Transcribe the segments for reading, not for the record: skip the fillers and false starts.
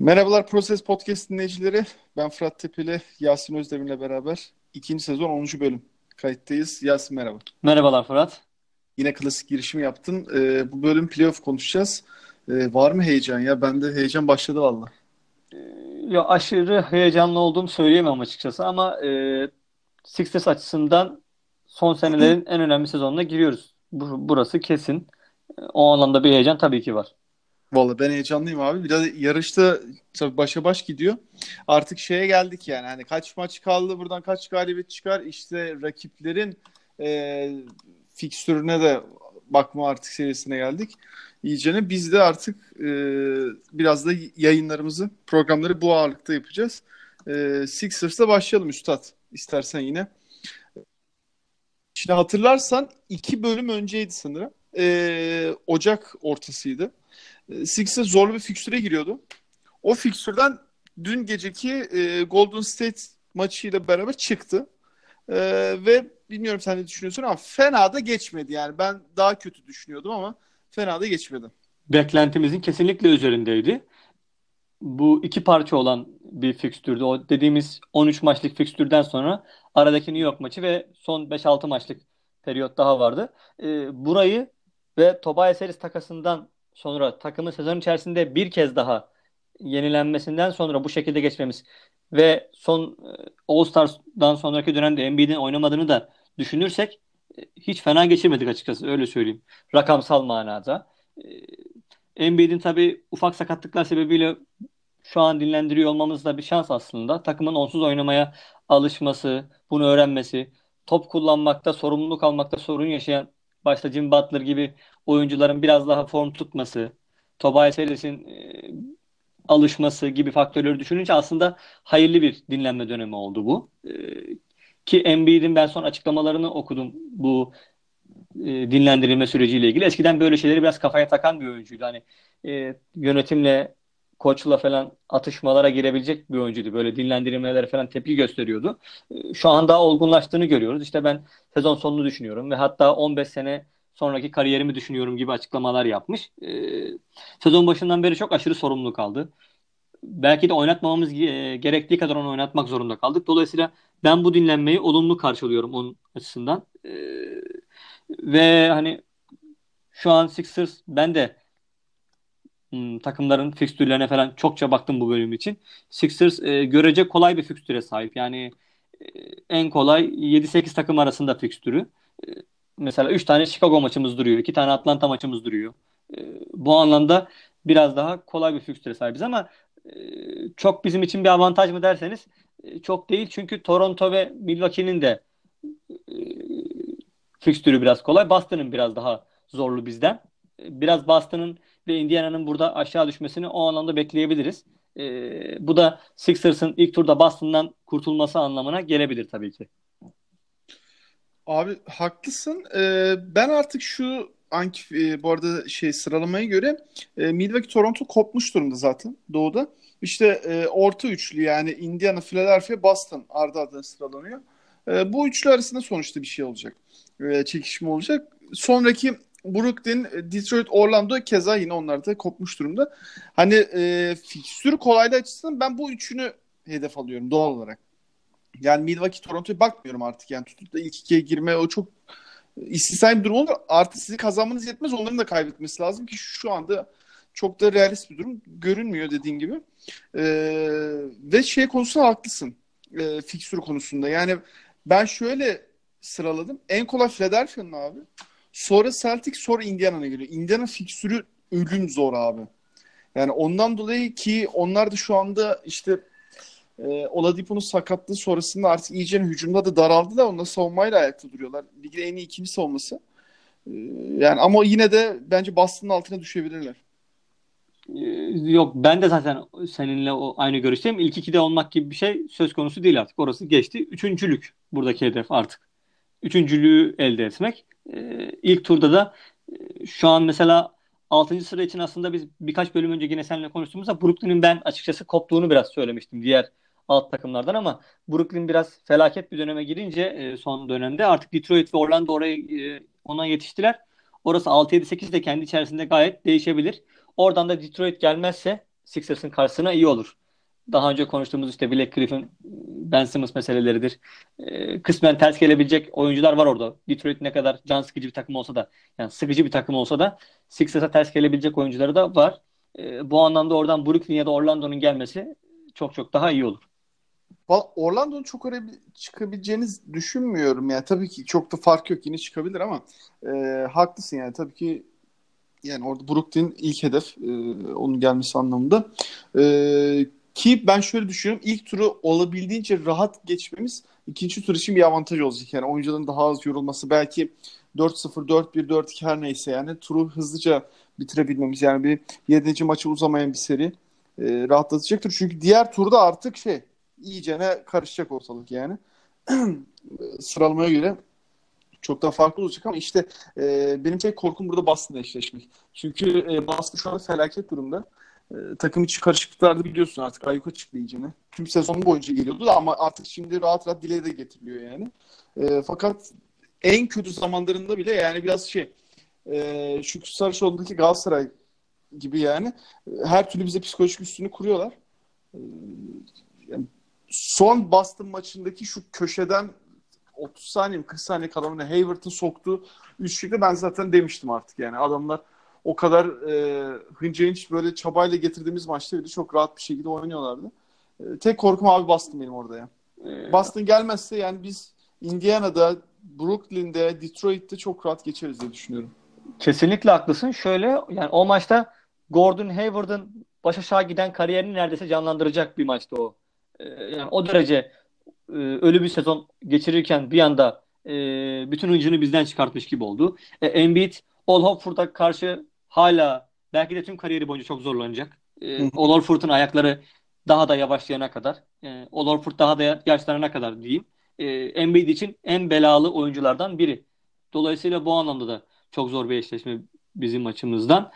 Merhabalar Proses Podcast dinleyicileri. Ben Fırat Tepeli, Yasin Özdemir'le beraber ikinci sezon 10. bölüm kayıttayız. Yasin merhaba. Merhabalar Fırat. Yine klasik girişimi yaptın. Bu bölüm playoff konuşacağız. Var mı heyecan ya? Bende heyecan başladı valla. Ya aşırı heyecanlı olduğumu söyleyemem açıkçası ama Sixers açısından son senelerin en önemli sezonuna giriyoruz. Burası kesin. O anlamda bir heyecan tabii ki var. Valla ben heyecanlıyım abi. Biraz yarışta tabii başa baş gidiyor. Artık şeye geldik yani. Hani kaç maç kaldı, buradan kaç galibiyet çıkar? İşte rakiplerin e, fikstürüne de bakma artık seviyesine geldik. İyicene biz de artık biraz da yayınlarımızı, programları bu ağırlıkta yapacağız. Sixers'la başlayalım üstad. İstersen yine. Şimdi hatırlarsan 2 bölüm önceydi sanırım. Ocak ortasıydı. Sixers zorlu bir fikstüre giriyordu. O fikstürden dün geceki Golden State maçıyla beraber çıktı. Ve bilmiyorum sen ne düşünüyorsun ama fena da geçmedi. Yani ben daha kötü düşünüyordum ama fena da geçmedi. Beklentimizin kesinlikle üzerindeydi. Bu iki parça olan bir fikstürdü. O dediğimiz 13 maçlık fikstürden sonra aradaki New York maçı ve son 5-6 maçlık periyot daha vardı. Burayı ve Tobias Harris takasından sonra takımın sezon içerisinde bir kez daha yenilenmesinden sonra bu şekilde geçmemiz ve son All-Stars'dan sonraki dönemde Embiid'in oynamadığını da düşünürsek hiç fena geçirmedik açıkçası öyle söyleyeyim. Rakamsal manada. Embiid'in tabii ufak sakatlıklar sebebiyle şu an dinlendiriyor olmamız da bir şans aslında. Takımın onsuz oynamaya alışması, bunu öğrenmesi, top kullanmakta, sorumluluk almakta sorun yaşayan başta Jimmy Butler gibi oyuncuların biraz daha form tutması, Tobias Harris'in alışması gibi faktörleri düşününce aslında hayırlı bir dinlenme dönemi oldu bu. Ki Embiid'in ben son açıklamalarını okudum bu dinlendirilme süreciyle ilgili. Eskiden böyle şeyleri biraz kafaya takan bir oyuncuydu. Hani yönetimle, koçla falan atışmalara girebilecek bir oyuncuydu. Böyle dinlendirilmelere falan tepki gösteriyordu. Şu an daha olgunlaştığını görüyoruz. İşte ben sezon sonunu düşünüyorum ve hatta 15 sene sonraki kariyerimi düşünüyorum gibi açıklamalar yapmış. Sezon başından beri çok aşırı sorumluluk aldı. Belki de oynatmamamız gerektiği kadar onu oynatmak zorunda kaldık. Dolayısıyla ben bu dinlenmeyi olumlu karşılıyorum onun açısından. Ve hani şu an Sixers ben de takımların fikstürlerine falan çokça baktım bu bölüm için. Sixers görece kolay bir fikstüre sahip. Yani e, en kolay 7-8 takım arasında fikstürü. E, Mesela 3 tane Chicago maçımız duruyor. 2 tane Atlanta maçımız duruyor. Bu anlamda biraz daha kolay bir fikstüre sahibiz ama çok bizim için bir avantaj mı derseniz çok değil. Çünkü Toronto ve Milwaukee'nin de e, fikstürü biraz kolay. Boston'ın biraz daha zorlu bizden. Biraz Boston'ın ve Indiana'nın burada aşağı düşmesini o anlamda bekleyebiliriz. Bu da Sixers'ın ilk turda Boston'dan kurtulması anlamına gelebilir tabii ki. Abi haklısın. Ben artık şu anki bu arada sıralamaya göre Milwaukee Toronto kopmuş durumda zaten doğuda. İşte orta üçlü yani Indiana, Philadelphia, Boston ardı ardına sıralanıyor. Bu üçlü arasında sonuçta bir şey olacak. Çekişme olacak. Sonraki Brooklyn, Detroit, Orlando keza yine onlar da kopmuş durumda. Hani fikstür kolaylığı açısından ben bu üçünü hedef alıyorum doğal olarak. Yani Milwaukee Toronto'ya bakmıyorum artık. Yani tutup da ilk ikiye girme o çok istisnai bir durum olur. Artı sizi kazanmanız yetmez. Onların da kaybetmesi lazım ki şu anda çok da realist bir durum görünmüyor dediğin gibi. Ve konusunda haklısın. Fikstür konusunda. Yani ben şöyle sıraladım. En kolay Philadelphia'nın abi. Sonra Celtics, sonra Indiana'na geliyor. Indiana fikstürü ölüm zor abi. Yani ondan dolayı ki onlar da şu anda işte Oladipo'nun sakatlığı sonrasında artık iyice hücumda da daraldı da onunla savunmayla ayakta duruyorlar. Ligin en iyi ikinci savunması. Ee, Yani ama yine de bence Boston'ın altına düşebilirler. Yok ben de zaten seninle aynı görüşteyim. İlk ikide olmak gibi bir şey söz konusu değil artık. Orası geçti. Üçüncülük buradaki hedef artık. Üçüncülüğü elde etmek. İlk turda da şu an mesela 6. sıra için aslında biz birkaç bölüm önce yine seninle konuştuğumuzda Brooklyn'in ben açıkçası koptuğunu biraz söylemiştim diğer alt takımlardan ama Brooklyn biraz felaket bir döneme girince son dönemde artık Detroit ve Orlando ona yetiştiler. Orası 6-7-8 de kendi içerisinde gayet değişebilir. Oradan da Detroit gelmezse Sixers'ın karşısına iyi olur. Daha önce konuştuğumuz işte Blake Griffin, Ben Simmons meseleleridir. Kısmen ters gelebilecek oyuncular var orada. Detroit ne kadar can sıkıcı bir takım olsa da, yani sıkıcı bir takım olsa da Sixers'a ters gelebilecek oyuncuları da var. Bu anlamda oradan Brooklyn ya da Orlando'nun gelmesi çok çok daha iyi olur. Orlando'nun çok oraya çıkabileceğini düşünmüyorum. Yani tabii ki çok da fark yok. Yine çıkabilir ama haklısın yani. Tabii ki yani orada Brooklyn ilk hedef onun gelmesi anlamında. Ki ben şöyle düşünüyorum. İlk turu olabildiğince rahat geçmemiz ikinci tur için bir avantaj olacak. Yani oyuncuların daha az yorulması belki 4-0, 4-1, 4-2 her neyse yani turu hızlıca bitirebilmemiz yani bir 7. maçı uzamayan bir seri rahatlatacaktır. Çünkü diğer turda artık iyicene karışacak ortalık yani. Sıralamaya göre çok daha farklı olacak ama işte benim tek korkum burada Boston'la eşleşmek. Çünkü Boston şu anda felaket durumda. Takım içi karışıklıklarda biliyorsun artık ayyuka çıktı iyicene. Tüm sezon boyunca geliyordu da ama artık şimdi rahat rahat dile de getiriliyor yani. Fakat en kötü zamanlarında bile yani biraz şu Sarıçoğlu'ndaki Galatasaray gibi yani her türlü bize psikolojik üstünü kuruyorlar. E, Yani son Boston maçındaki şu köşeden 30 saniye mi 40 saniye kalanını Hayward'ın soktuğu üçlükte ben zaten demiştim artık yani adamlar o kadar hınca hınç böyle çabayla getirdiğimiz maçta bile çok rahat bir şekilde oynuyorlardı. Tek korkum abi Boston benim orada ya. Ee, Boston gelmezse yani biz Indiana'da, Brooklyn'de, Detroit'te çok rahat geçeriz diye düşünüyorum. Kesinlikle haklısın. Şöyle, yani o maçta Gordon Hayward'ın baş aşağı giden kariyerini neredeyse canlandıracak bir maçtı o. Yani o derece ölü bir sezon geçirirken bir anda bütün hıncını bizden çıkartmış gibi oldu. Embiid, Al Horford'a karşı hala belki de tüm kariyeri boyunca çok zorlanacak. Hı hı. Al Horford'un ayakları daha da yavaşlayana kadar, Al Horford daha da yaşlanana kadar diyeyim. Embiid için en belalı oyunculardan biri. Dolayısıyla bu anlamda da çok zor bir eşleşme bizim açımızdan.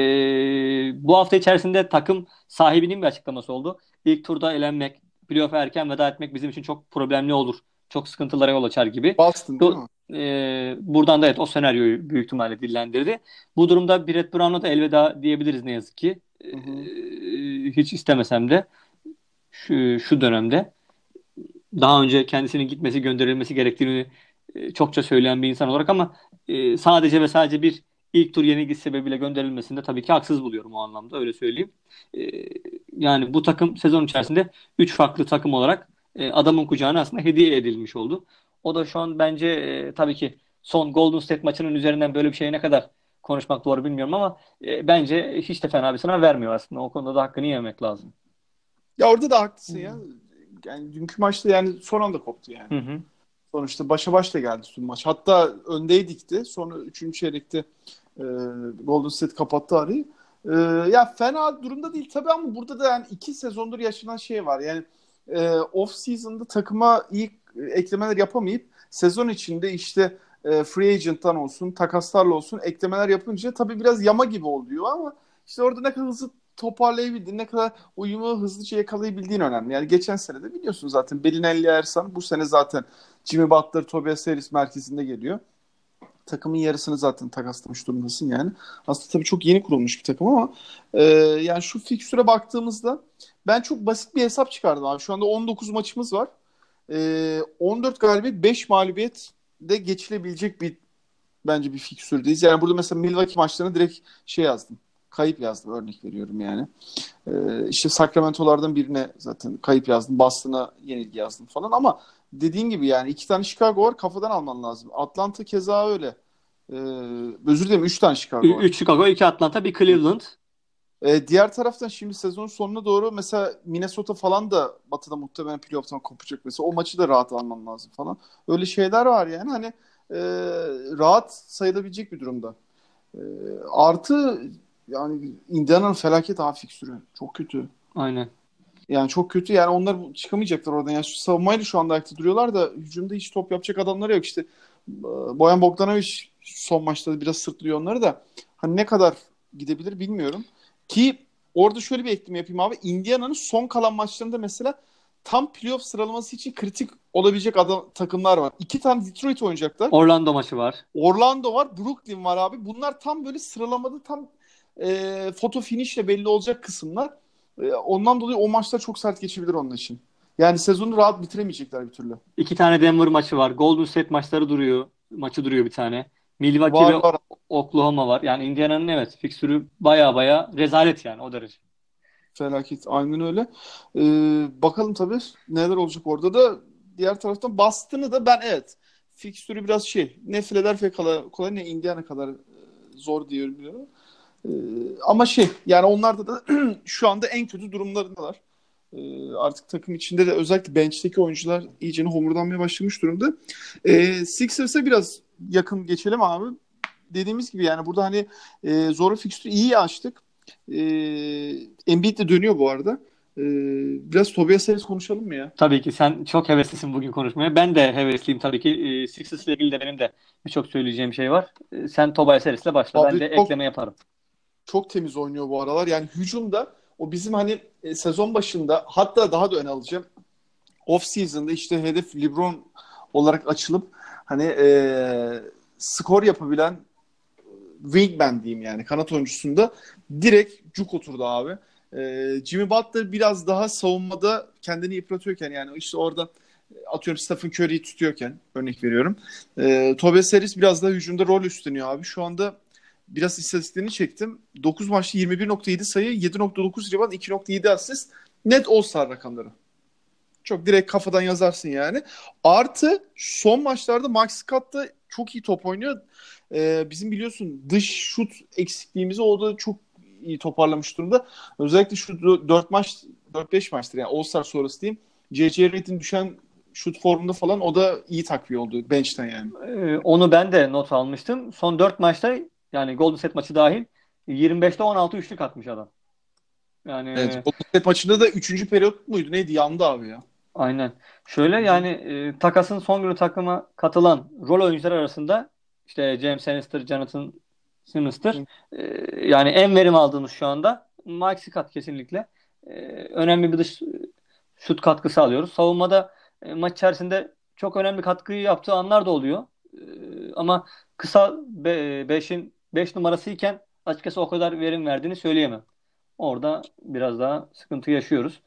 Bu hafta içerisinde takım sahibinin bir açıklaması oldu. İlk turda elenmek, playoff'a erken veda etmek bizim için çok problemli olur. Çok sıkıntılara yol açar gibi. Boston değil mi? Buradan da evet o senaryoyu büyük ihtimalle dillendirdi. Bu durumda Brett Brown'a da elveda diyebiliriz ne yazık ki. Hı hı. Hiç istemesem de şu dönemde daha önce kendisinin gitmesi, gönderilmesi gerektiğini çokça söyleyen bir insan olarak ama sadece ve sadece bir ilk tur yenilgisi sebebiyle gönderilmesinde tabii ki haksız buluyorum o anlamda öyle söyleyeyim. E, Yani bu takım sezon içerisinde 3 farklı takım olarak adamın kucağına aslında hediye edilmiş oldu. O da şu an bence tabii ki son Golden State maçının üzerinden böyle bir şeye ne kadar konuşmak doğru bilmiyorum ama bence hiç de fena bir sınav vermiyor aslında. O konuda da hakkını yemek lazım. Ya orada da haklısın ya. Hmm. Yani dünkü maçta yani son anda koptu yani. Hı hı. Sonuçta başa baş da geldi tüm maç. Hatta öndeydik de sonra 3. çeyrekte e, Golden State kapattı arayı. E, Ya fena durumda değil tabii ama burada da yani 2 sezondur yaşanan şey var. Yani off season'da takıma iyi eklemeler yapamayıp sezon içinde işte free agent'tan olsun, takaslarla olsun eklemeler yapınca tabii biraz yama gibi oluyor ama işte orada ne kadar hızlı toparlayabildiğin, ne kadar uyumu hızlıca yakalayabildiğin önemli. Yani geçen sene de biliyorsun zaten Belinelli Ersan bu sene zaten Jimmy Butler, Tobias Harris merkezinde geliyor. Takımın yarısını zaten takaslamış durumdasın yani. Aslında tabii çok yeni kurulmuş bir takım ama yani şu fikstüre baktığımızda ben çok basit bir hesap çıkardım abi. Şu anda 19 maçımız var. 14 galibiyet, 5 mağlubiyet de geçilebilecek bence bir fikstürdeyiz. Yani burada mesela Milwaukee maçlarına direkt yazdım. Kayıp yazdım örnek veriyorum yani. İşte Sacramento'lardan birine zaten kayıp yazdım. Boston'a yenilgi yazdım falan ama dediğin gibi yani 2 tane Chicago var kafadan alman lazım. Atlanta keza öyle. Ee, Özür dilerim 3 tane Chicago var. 3 Chicago, 2 Atlanta, bir Cleveland. Diğer taraftan şimdi sezonun sonuna doğru mesela Minnesota falan da Batı'da muhtemelen playoff'tan kopacak mesela. O maçı da rahat alman lazım falan. Öyle şeyler var yani hani e, rahat sayılabilecek bir durumda. E, Artı yani Indiana'nın felaket abi fikstürü. Çok kötü. Aynen. Yani çok kötü. Yani onlar çıkamayacaklar oradan. Yani şu savunmayla şu anda ayakta duruyorlar da hücumda hiç top yapacak adamları yok. İşte Boyan Bogdanovic son maçta biraz sırtlıyor onları da. Hani ne kadar gidebilir bilmiyorum. Ki orada şöyle bir ekleme yapayım abi. Indiana'nın son kalan maçlarında mesela tam playoff sıralaması için kritik olabilecek takımlar var. 2 tane Detroit oynayacaklar. Orlando maçı var. Orlando var, Brooklyn var abi. Bunlar tam böyle sıralamada tam foto finish'le belli olacak kısımlar. Ondan dolayı o maçlar çok sert geçebilir onun için. Yani sezonu rahat bitiremeyecekler bir türlü. İki tane Denver maçı var. Golden State maçları duruyor. Maçı duruyor bir tane. Milwaukee Var ve var. Oklahoma var. Yani Indiana'nın evet fikstürü baya baya rezalet yani o derece. Felaket. Aynen öyle. Bakalım tabii neler olacak orada da. Diğer taraftan Boston'ı da ben evet. Fikstürü biraz ne Philadelphia kadar kolay ne Indiana kadar zor diyorum biliyorum. Ee, ama yani onlar da şu anda en kötü durumlarındalar. Artık takım içinde de özellikle bench'teki oyuncular iyice homurdanmaya başlamış durumda. Sixers'a biraz yakın geçelim abi. Dediğimiz gibi yani burada hani zor fikstürü iyi açtık. Embiid de dönüyor bu arada. Biraz Tobias Harris konuşalım mı ya? Tabii ki sen çok heveslisin bugün konuşmaya. Ben de hevesliyim tabii ki. Sixers ile ilgili de benim de birçok söyleyeceğim şey var. Sen Tobias Harris'le başla. Ben Abi de çok ekleme yaparım. çok temiz oynuyor bu aralar. Yani hücumda o bizim hani sezon başında hatta daha da öne alacağım. Off season'da işte hedef LeBron olarak açılıp hani skor yapabilen wingman diyeyim yani kanat oyuncusunda direkt cuk oturdu abi. Jimmy Butler biraz daha savunmada kendini yıpratıyorken yani işte orada atıyorum Stephen Curry'yi tutuyorken örnek veriyorum. Tobias Harris biraz daha hücumda rol üstleniyor abi. Şu anda biraz istatistiklerini çektim. 9 maçta 21.7 sayı, 7.9 rebound, 2.7 asist. Net All-Star rakamları. Çok direkt kafadan yazarsın yani. Artı son maçlarda Max Scott da çok iyi top oynuyor. Bizim biliyorsun dış şut eksikliğimizi o da çok iyi toparlamış durumda. Özellikle şu 4 maç 4-5 maçtır yani All-Star sonrası diyeyim. C.C. Red'in düşen şut formunda falan o da iyi takviye oldu bench'ten yani. Onu ben de not almıştım. Son 4 maçta yani Golden State maçı dahil 25'te 16 üçlük atmış adam. Evet. Yani Golden State maçında da 3. periyot muydu neydi? Yandı abi ya. aynen. Şöyle Hı hı. yani takasın son günü takıma katılan rol oyuncular arasında işte James Lannister, Jonathan Simmons'tır. Hı. Yani en verim aldığımız şu anda Mike Scott kesinlikle. E, Önemli bir dış şut katkısı alıyoruz. Savunmada maç içerisinde çok önemli katkıyı yaptığı anlar da oluyor. Ama kısa 5 numarası iken açıkçası o kadar verim verdiğini söyleyemem. Orada biraz daha sıkıntı yaşıyoruz.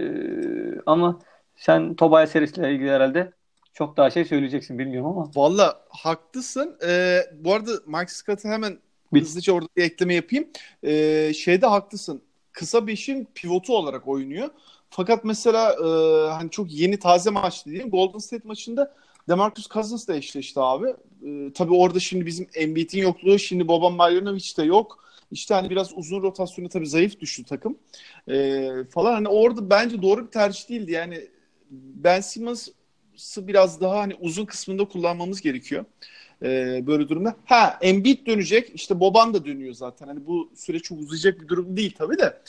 Ama sen Tobias Harris'le ilgili herhalde çok daha şey söyleyeceksin bilmiyorum ama Valla haklısın. Bu arada Max Scott'ı hemen bit. hızlıca orada bir ekleme yapayım. Şeyde haklısın. Kısa beşin pivotu olarak oynuyor. Fakat mesela hani çok yeni taze maç diyeyim. Golden State maçında DeMarcus Cousins'la eşleşti abi. Tabii orada şimdi bizim Embiid'in yokluğu, şimdi Boban Marjanovic de yok. İşte hani biraz uzun rotasyonu tabii zayıf düştü takım. Falan hani orada bence doğru bir tercih değildi. Yani Ben Simmons'ı biraz daha hani uzun kısmında kullanmamız gerekiyor. Böyle durumda. Embiid dönecek. İşte Boban da dönüyor zaten. Hani bu süre çok uzayacak bir durum değil tabii de.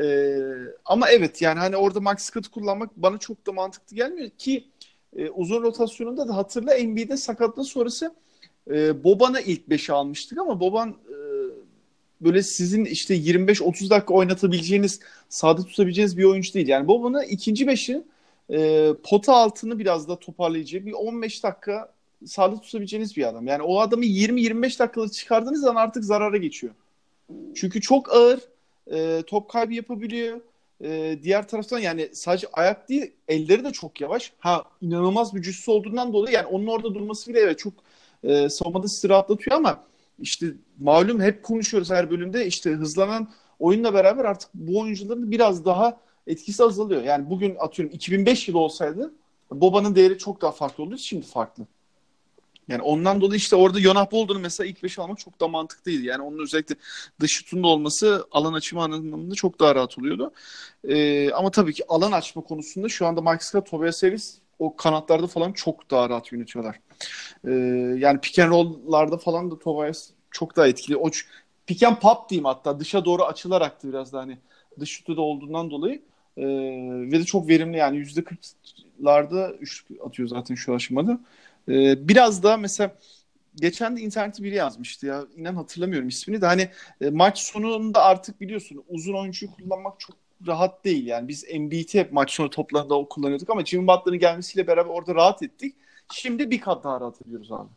Ama evet yani hani orada Max Scott'ı kullanmak bana çok da mantıklı gelmiyor ki uzun rotasyonunda da hatırla Embiid'in sakatlığı sonrası Boban'ı ilk 5'e almıştık ama Boban böyle sizin işte 25-30 dakika oynatabileceğiniz, sahada tutabileceğiniz bir oyuncu değil. Yani Boban'ı ikinci beşi pota altını biraz da toparlayıcı bir 15 dakika sahada tutabileceğiniz bir adam. Yani o adamı 20-25 dakikada çıkardığınız zaman artık zarara geçiyor. Çünkü çok ağır, top kaybı yapabiliyor. Diğer taraftan yani sadece ayak değil, elleri de çok yavaş. İnanılmaz bir cüssü olduğundan dolayı yani onun orada durması bile evet çok savunmada sizi rahatlatıyor ama işte malum hep konuşuyoruz her bölümde işte hızlanan oyunla beraber artık bu oyuncuların biraz daha etkisi azalıyor. Yani bugün atıyorum 2005 yılı olsaydı Boba'nın değeri çok daha farklı olurdu. Şimdi farklı. Yani ondan dolayı işte orada Jonah Bolden'ı mesela ilk 5'e almak çok da mantıklıydı. Yani onun özellikle dış şutunda olması alan açma anlamında çok daha rahat oluyordu. Ama tabii ki alan açma konusunda şu anda Mike Scott, Tobias Harris o kanatlarda falan çok daha rahat yönetiyorlar. Ee, yani pick and roll'larda falan da Tobias çok daha etkili. Pick and pop diyeyim hatta dışa doğru açılarak da biraz da hani dış şutu da olduğundan dolayı ve de çok verimli yani %40'larda üçlük atıyor zaten şu aşamada. Biraz da mesela geçen de internette biri yazmıştı ya. İnan hatırlamıyorum ismini de. Hani maç sonunda artık biliyorsun uzun oyuncuyu kullanmak çok rahat değil. Yani biz Embiid'i hep maç sonu toplarında kullanıyorduk ama Jimmy Butler'ın gelmesiyle beraber orada rahat ettik. Şimdi bir kat daha rahat ediyoruz abi.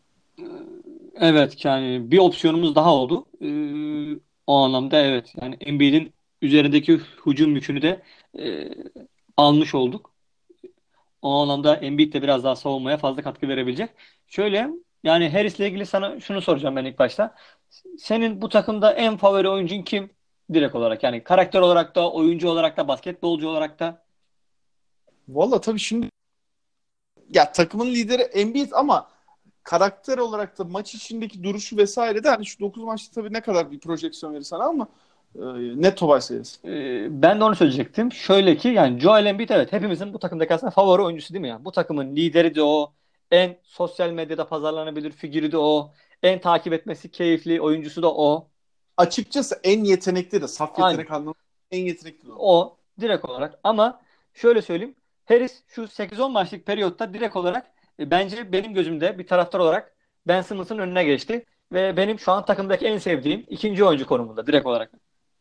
Evet yani bir opsiyonumuz daha oldu. O anlamda evet yani Embiid'in üzerindeki hücum yükünü de e, almış olduk. O anlamda Embiid de biraz daha savunmaya fazla katkı verebilecek. Şöyle yani Harris'le ilgili sana şunu soracağım ben ilk başta. Senin bu takımda en favori oyuncun kim? Direkt olarak yani karakter olarak da, oyuncu olarak da, basketbolcu olarak da. Valla tabii şimdi ya takımın lideri Embiid ama karakter olarak da maç içindeki duruşu vesaire de hani şu 9 maçta tabii ne kadar bir projeksiyon verirsen ama e, net Tobay sayısı. Ben de onu söyleyecektim. Şöyle ki yani Joel Embiid evet hepimizin bu takımdaki aslında favori oyuncusu değil mi ya? Bu takımın lideri de o. En sosyal medyada pazarlanabilir figürü de o. En takip etmesi keyifli oyuncusu da o. Açıkçası en yetenekli de saf Aynen. yetenek anlamında en yetenekli de o. O direkt olarak ama şöyle söyleyeyim. Harris şu 8-10 maçlık periyotta direkt olarak bence benim gözümde bir taraftar olarak Ben Simmons'ın önüne geçti. Ve benim şu an takımdaki en sevdiğim ikinci oyuncu konumunda direkt olarak.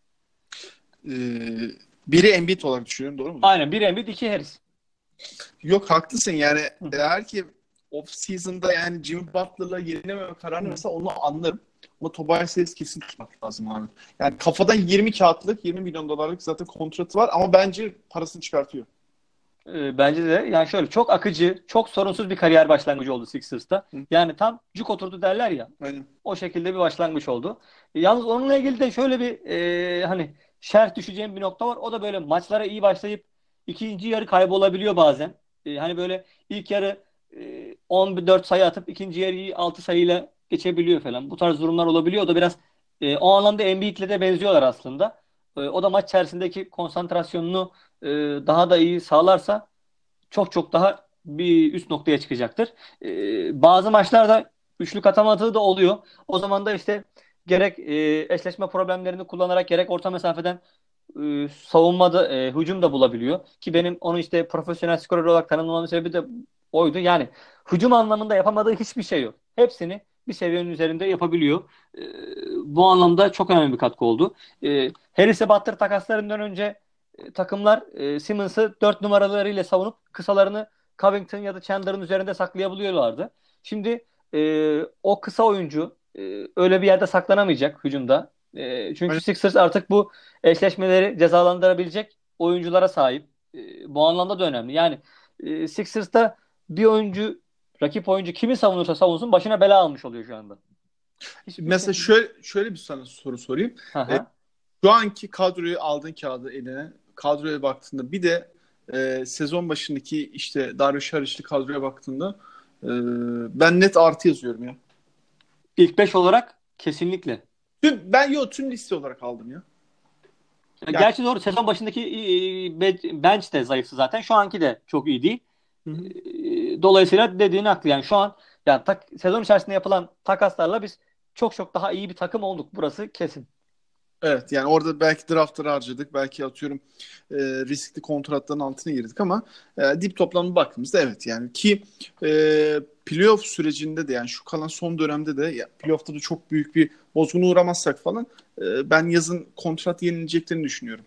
E, biri Embiid olarak düşünüyorum, doğru mudur? Aynen bir Embiid iki Harris. Yok, haklısın yani Hı, eğer ki off season'da yani Jimmy Butler'la yenilememe kararı hı. verse onu anlarım. Ama Tobias Harris kesin tutmak lazım abi. Yani kafadan 20 kağıtlık 20 milyon dolarlık zaten kontratı var ama bence parasını çıkartıyor. Bence de yani şöyle çok akıcı, çok sorunsuz bir kariyer başlangıcı oldu Sixers'ta. Hı, Yani tam cuk oturdu derler ya. aynen. O şekilde bir başlangıç oldu. Yalnız onunla ilgili de şöyle bir hani şerh düşeceğim bir nokta var. O da böyle maçlara iyi başlayıp ikinci yarı kaybolabiliyor bazen. Hani böyle ilk yarı 14 sayı atıp ikinci yarıyı 6 sayıyla geçebiliyor falan. Bu tarz durumlar olabiliyor. O da biraz o anlamda Embiid'le de benziyorlar aslında. O da maç içerisindeki konsantrasyonunu e, daha da iyi sağlarsa çok çok daha bir üst noktaya çıkacaktır. Bazı maçlarda üçlük atamadığı da oluyor. O zaman da işte gerek eşleşme problemlerini kullanarak gerek orta mesafeden savunmada hücum da bulabiliyor. Ki benim onu işte profesyonel skorer olarak tanımlamamın sebebi de oydu. Yani hücum anlamında yapamadığı hiçbir şey yok. Hepsini bir seviyenin üzerinde yapabiliyor. E, Bu anlamda çok önemli bir katkı oldu. Harris'e Butler takaslarından önce takımlar Simmons'ı 4 numaralarıyla savunup kısalarını Covington ya da Chandler'ın üzerinde saklayabiliyorlardı. Şimdi o kısa oyuncu öyle bir yerde saklanamayacak hücumda. Çünkü Aynen. Sixers artık bu eşleşmeleri cezalandırabilecek oyunculara sahip. Bu anlamda da önemli. Yani Sixers'ta bir oyuncu, rakip oyuncu kimi savunursa savunsun başına bela almış oluyor şu anda. Hiçbir Mesela şekilde. şöyle bir sana soru sorayım. Hı E, hı. şu anki kadroyu aldığın kağıdı eline, kadroya baktığında bir de sezon başındaki işte Dario Saric'li kadroya baktığında e, ben net artı yazıyorum ya. İlk 5 olarak kesinlikle. Tüm liste olarak aldım ya. Yani Gerçi doğru sezon başındaki bench de zayıftı zaten. Şu anki de çok iyi değil. hı hı. Dolayısıyla dediğin haklı. Yani şu an yani sezon içerisinde yapılan takaslarla biz çok çok daha iyi bir takım olduk. Burası kesin. Evet, yani orada belki draftları harcadık. Belki atıyorum riskli kontratların altına girdik ama dip toplamda baktığımızda evet yani ki playoff sürecinde de yani şu kalan son dönemde de ya, playoff'ta da çok büyük bir bozguna uğramazsak falan ben yazın kontrat yenileceklerini düşünüyorum.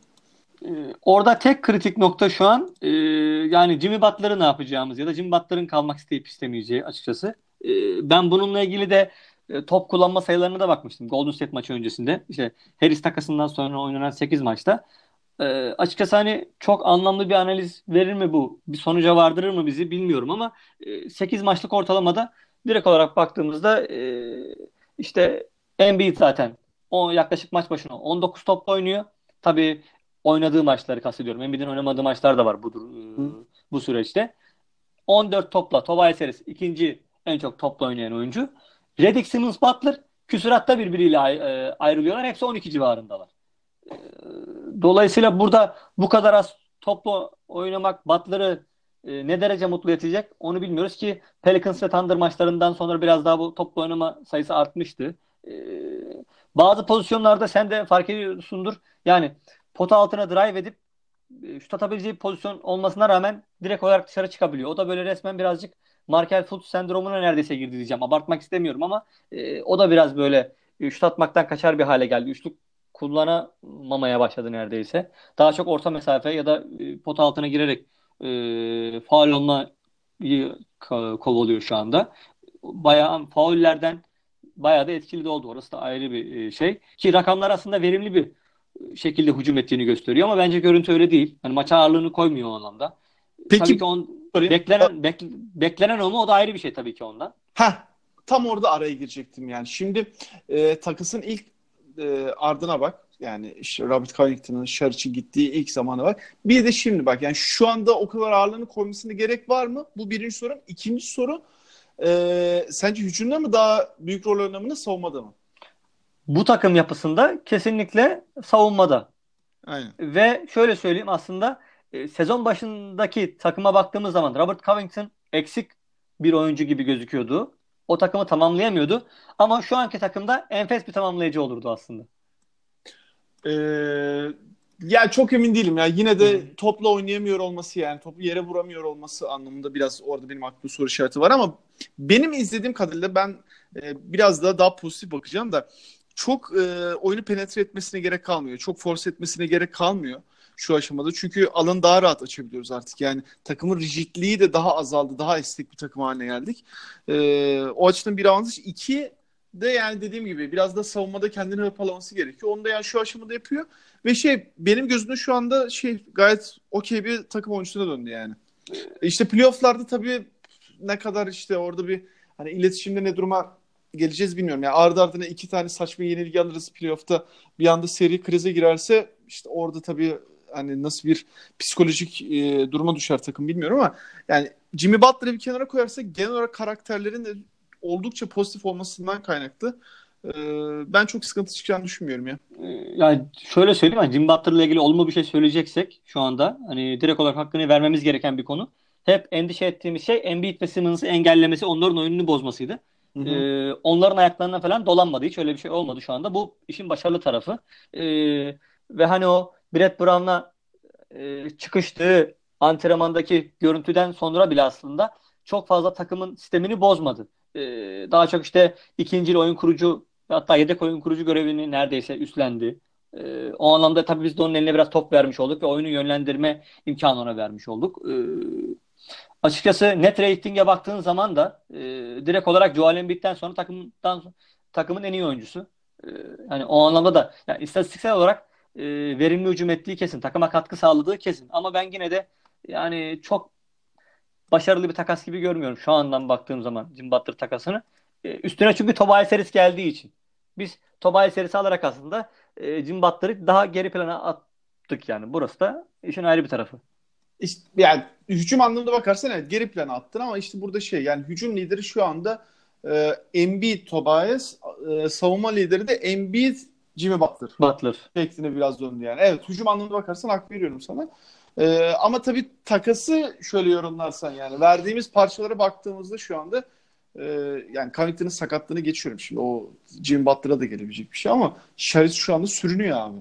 Orada tek kritik nokta şu an yani Jimmy Butler'ı ne yapacağımız ya da Jimmy Butler'ın kalmak isteyip istemeyeceği açıkçası. Ben bununla ilgili de top kullanma sayılarına da bakmıştım Golden State maçı öncesinde. İşte Harris takasından sonra oynanan 8 maçta. Açıkçası hani çok anlamlı bir analiz verir mi bu? Bir sonuca vardırır mı bizi bilmiyorum ama 8 maçlık ortalamada direkt olarak baktığımızda işte Embiid zaten o yaklaşık maç başına 19 topla oynuyor. Tabii oynadığı maçları kastediyorum. Embiid'in oynamadığı maçlar da var Hı. bu süreçte. 14 topla Tobias Harris ikinci en çok topla oynayan oyuncu. Redick, Simmons, Butler küsuratta birbiriyle ayrılıyorlar. Hepsi 12 civarındalar. Dolayısıyla burada bu kadar az toplu oynamak Butler'ı ne derece mutlu edecek onu bilmiyoruz ki Pelicans ve Thunder maçlarından sonra biraz daha bu toplu oynama sayısı artmıştı. E, Bazı pozisyonlarda sen de fark ediyorsundur. Yani pota altına drive edip şut atabileceği bir pozisyon olmasına rağmen direkt olarak dışarı çıkabiliyor. O da böyle resmen birazcık Markel Fultz sendromuna neredeyse girdi diyeceğim. Abartmak istemiyorum ama o da biraz böyle şut atmaktan kaçar bir hale geldi. Üçlük kullanamamaya başladı neredeyse. Daha çok orta mesafe ya da pota altına girerek faul olmayı kovalıyor şu anda. Bayağı faullerden bayağı da etkili de oldu. Orası da ayrı bir şey. Ki rakamlar aslında verimli bir şekilde hücum ettiğini gösteriyor ama bence görüntü öyle değil. Hani maça ağırlığını koymuyor o anlamda. Tabii Peki ki sorayım. beklenen o mu? O da ayrı bir şey tabii ki ondan. Ha, tam orada araya girecektim yani. Şimdi takısın ilk ardına bak. Yani işte Robert Covington'ın Şariç'in gittiği ilk zamanı bak. Bir de şimdi bak. Yani şu anda o kadar ağırlığını koymasına gerek var mı? Bu birinci soru. İkinci soru, sence hücumda mı daha büyük rol oynamını, savunmada mı? Bu takım yapısında kesinlikle savunmada. Aynen. Ve şöyle söyleyeyim aslında sezon başındaki takıma baktığımız zaman Robert Covington eksik bir oyuncu gibi gözüküyordu. O takımı tamamlayamıyordu. Ama şu anki takımda enfes bir tamamlayıcı olurdu aslında. Ee, Ya çok emin değilim ya. Yine Hı hı. de topla oynayamıyor olması, yani topu yere vuramıyor olması anlamında biraz orada benim aklımda soru işareti var ama benim izlediğim kadarıyla ben biraz daha pozitif bakacağım da çok oyunu penetre etmesine gerek kalmıyor. Çok force etmesine gerek kalmıyor şu aşamada. Çünkü alanı daha rahat açabiliyoruz artık. Yani takımın rigidliği de daha azaldı. Daha esnek bir takım haline geldik. O açıdan bir avantaj. İki de yani dediğim gibi biraz da savunmada kendini hırpalaması gerekiyor. Onu da yani şu aşamada yapıyor. Ve benim gözümde şu anda gayet okey bir takım oyuncusuna döndü yani. İşte playoff'larda tabii ne kadar işte orada bir hani iletişimde ne duruma geleceğiz bilmiyorum. Yani ardı ardına iki tane saçma yenilgi alırız playoff'ta, bir anda seri krize girerse işte orada tabii hani nasıl bir psikolojik duruma düşer takım bilmiyorum ama yani Jimmy Butler'ı bir kenara koyarsak genel olarak karakterlerin de oldukça pozitif olmasından kaynaklı. Ben çok sıkıntı çıkacağını düşünmüyorum ya. Yani şöyle söyleyeyim, hani Jimmy Butler'la ilgili olumlu bir şey söyleyeceksek şu anda hani direkt olarak hakkını vermemiz gereken bir konu. Hep endişe ettiğimiz şey Embiid ve Simmons'ı engellemesi, onların oyununu bozmasıydı. Hı hı. Onların ayaklarına falan dolanmadı. Hiç öyle bir şey olmadı şu anda. Bu işin başarılı tarafı. Ve hani o Brett Brown'la çıkıştığı antrenmandaki görüntüden sonra bile aslında çok fazla takımın sistemini bozmadı. Daha çok işte ikinci oyun kurucu, hatta yedek oyun kurucu görevini neredeyse üstlendi. O anlamda tabii biz de onun eline biraz top vermiş olduk ve oyunu yönlendirme imkanı ona vermiş olduk. Açıkçası net rating'e baktığın zaman da direkt olarak Joel Embiid'den sonra takımın en iyi oyuncusu. E, Hani o anlamda da yani istatistiksel olarak verimli hücum ettiği kesin. Takıma katkı sağladığı kesin. Ama ben yine de yani çok başarılı bir takas gibi görmüyorum şu andan baktığım zaman Jim Butler takasını. Üstüne çünkü Tobias Harris geldiği için. Biz Tobias Harris'i alarak aslında Jim Butler'ı daha geri plana attık yani. Burası da işin ayrı bir tarafı. İşte, yani hücum anlamında bakarsan evet geri plana attın ama işte burada yani hücum lideri şu anda Embiid, Tobias, savunma lideri de Embiid, Jimmy Butler Butler. şeklinde biraz döndü yani. Evet, hücum anlamında bakarsan hak veriyorum sana. Ama tabii takası şöyle yorumlarsan yani verdiğimiz parçalara baktığımızda şu anda e, yani Covington'ın sakatlığını geçiyorum. Şimdi o Jimmy Butler'a da gelebilecek bir şey ama Şariz şu anda sürünüyor abi.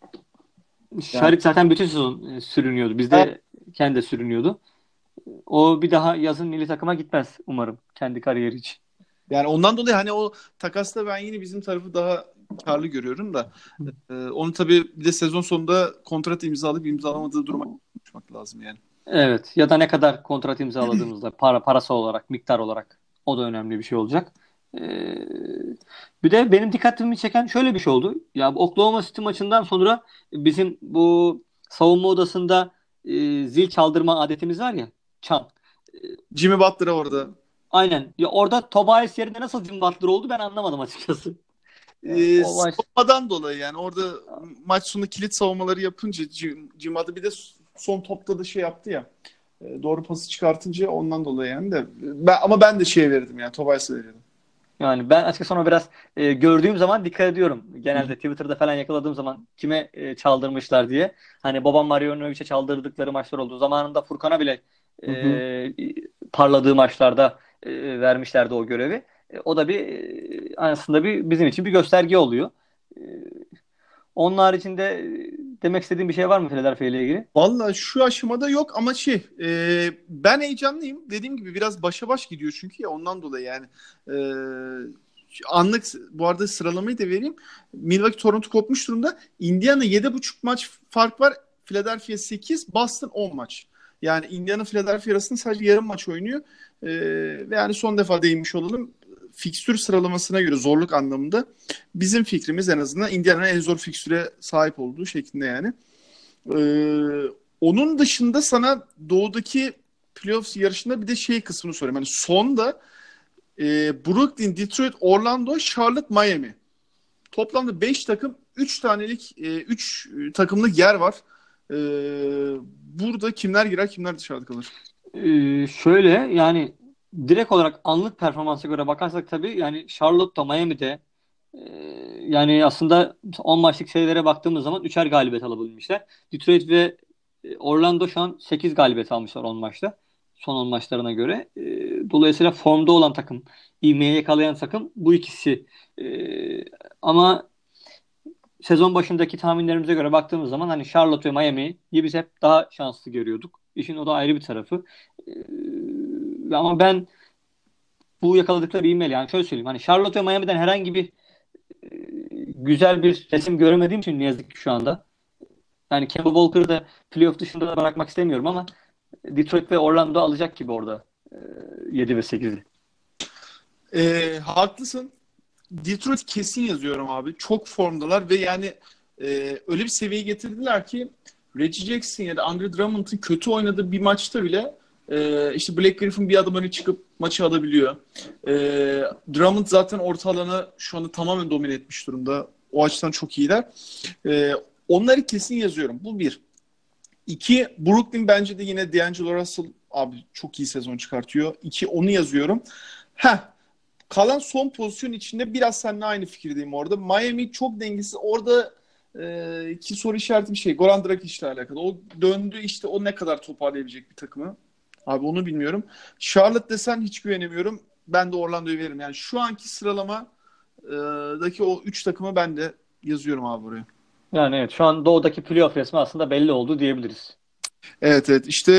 Yani Şarik zaten bütün sezon sürünüyordu. Bizde kendi de sürünüyordu. O bir daha yazın milli takıma gitmez umarım kendi kariyeri için. Yani ondan dolayı hani o takasta ben yine bizim tarafı daha karlı görüyorum da onu tabii bir de sezon sonunda kontrat imzalayıp imzalamadığı duruma konuşmak lazım yani. Evet, ya da ne kadar kontrat imzaladığımızda parası olarak, miktar olarak o da önemli bir şey olacak. Ee, Bir de benim dikkatimi çeken şöyle bir şey oldu. Ya bu Oklahoma City maçından sonra bizim bu savunma odasında zil çaldırma adetimiz var ya, çan. Jimmy Butler'a orada. Aynen. Ya orada Tobias yerine nasıl Jim Butler oldu ben anlamadım açıkçası. O maç. Savunmadan dolayı yani orada maç sonu kilit savunmaları yapınca Jimmy Butler bir de son topta da yaptı ya, doğru pası çıkartınca ondan dolayı yani de ama ben de verirdim yani Tobias'a verirdim. Yani ben açıkçası ona biraz gördüğüm zaman dikkat ediyorum. Hı Genelde Twitter'da falan yakaladığım zaman kime çaldırmışlar diye. Hani Boban Marjanovic'e çaldırdıkları maçlar oldu. Zamanında Furkan'a bile hı. parladığı maçlarda vermişlerdi o görevi. O da aslında bizim için bir gösterge oluyor. E, Onun haricinde demek istediğim bir şey var mı Philadelphia ile ilgili? Valla şu aşamada yok ama ben heyecanlıyım. Dediğim gibi biraz başa baş gidiyor çünkü ya ondan dolayı yani. E, Anlık bu arada sıralamayı da vereyim. Milwaukee Toronto kopmuş durumda. Indiana 7,5 maç fark var. Philadelphia 8, Boston 10 maç. Yani Indiana Philadelphia arasında sadece yarım maç oynuyor. Ve yani son defa değinmiş olalım. fikstür sıralamasına göre zorluk anlamında bizim fikrimiz en azından Indiana'nın en zor fikstüre sahip olduğu şeklinde yani. Onun dışında sana doğudaki playoffs yarışında bir de şey kısmını sorayım. Hani sonda Brooklyn, Detroit, Orlando, Charlotte, Miami. Toplamda 5 takım 3 tanelik 3 takımlık yer var. E, Burada kimler girer kimler dışarıda kalır? Şöyle yani direkt olarak anlık performansa göre bakarsak tabii yani Charlotte'da Miami'de e, yani aslında 10 maçlık serilere baktığımız zaman üçer galibiyet alabilmişler. Detroit ve Orlando şu an 8 galibiyet almışlar 10 maçta. Son 10 maçlarına göre. Dolayısıyla formda olan takım, ivmeyi yakalayan takım bu ikisi. E, ama sezon başındaki tahminlerimize göre baktığımız zaman hani Charlotte ve Miami'yi biz hep daha şanslı görüyorduk. İşin o da ayrı bir tarafı. Ama ben bu yakaladıkları ivmeyle yani şöyle söyleyeyim. Hani Charlotte ve Miami'den herhangi bir e, güzel bir resim göremediğim için ne yazık ki şu anda. Yani Kemba Walker'ı da playoff dışında da bırakmak istemiyorum ama Detroit ve Orlando alacak gibi orada 7 ve 8'i. Haklısın. Detroit kesin yazıyorum abi. Çok formdalar ve yani öyle bir seviyeye getirdiler ki Reggie Jackson ya da Andre Drummond'ın kötü oynadığı bir maçta bile işte Blake Griffin bir adım öne çıkıp maçı alabiliyor. E, Drummond zaten orta alanı şu anda tamamen domine etmiş durumda. O açıdan çok iyiler. Onları kesin yazıyorum. Bu bir. İki, Brooklyn bence de yine D'Angelo Russell abi çok iyi sezon çıkartıyor. İki, onu yazıyorum. Heh, kalan son pozisyon içinde biraz seninle aynı fikirdeyim orada. Miami çok dengesiz. Orada ki soru işareti bir şey. Goran Dragic ile alakalı. O döndü işte o ne kadar toparlayabilecek bir takımı. Abi onu bilmiyorum. Charlotte desen hiç güvenemiyorum. Ben de Orlando'yu veririm. Yani şu anki sıralamadaki o 3 takımı ben de yazıyorum abi buraya. Yani evet şu an doğudaki playoff resmi aslında belli oldu diyebiliriz. Evet evet işte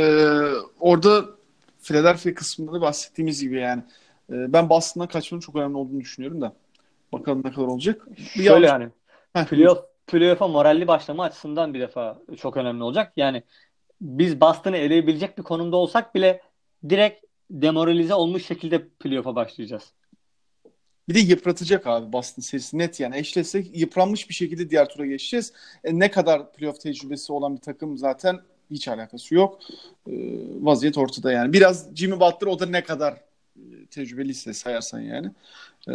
orada Philadelphia kısmında da bahsettiğimiz gibi yani ben Boston'dan kaçmanın çok önemli olduğunu düşünüyorum da bakalım ne kadar olacak. Bir Şöyle yanlış. yani Heh, buyur. playoff'a moralli başlama açısından bir defa çok önemli olacak. Yani biz Boston'ı eleyebilecek bir konumda olsak bile direkt demoralize olmuş şekilde playoff'a başlayacağız. Bir de yıpratacak abi Boston serisi net yani eşleşsek yıpranmış bir şekilde diğer tura geçeceğiz. Ne kadar playoff tecrübesi olan bir takım zaten hiç alakası yok. E, Vaziyet ortada yani. Biraz Jimmy Butler o da ne kadar tecrübeliyse sayarsan yani. E,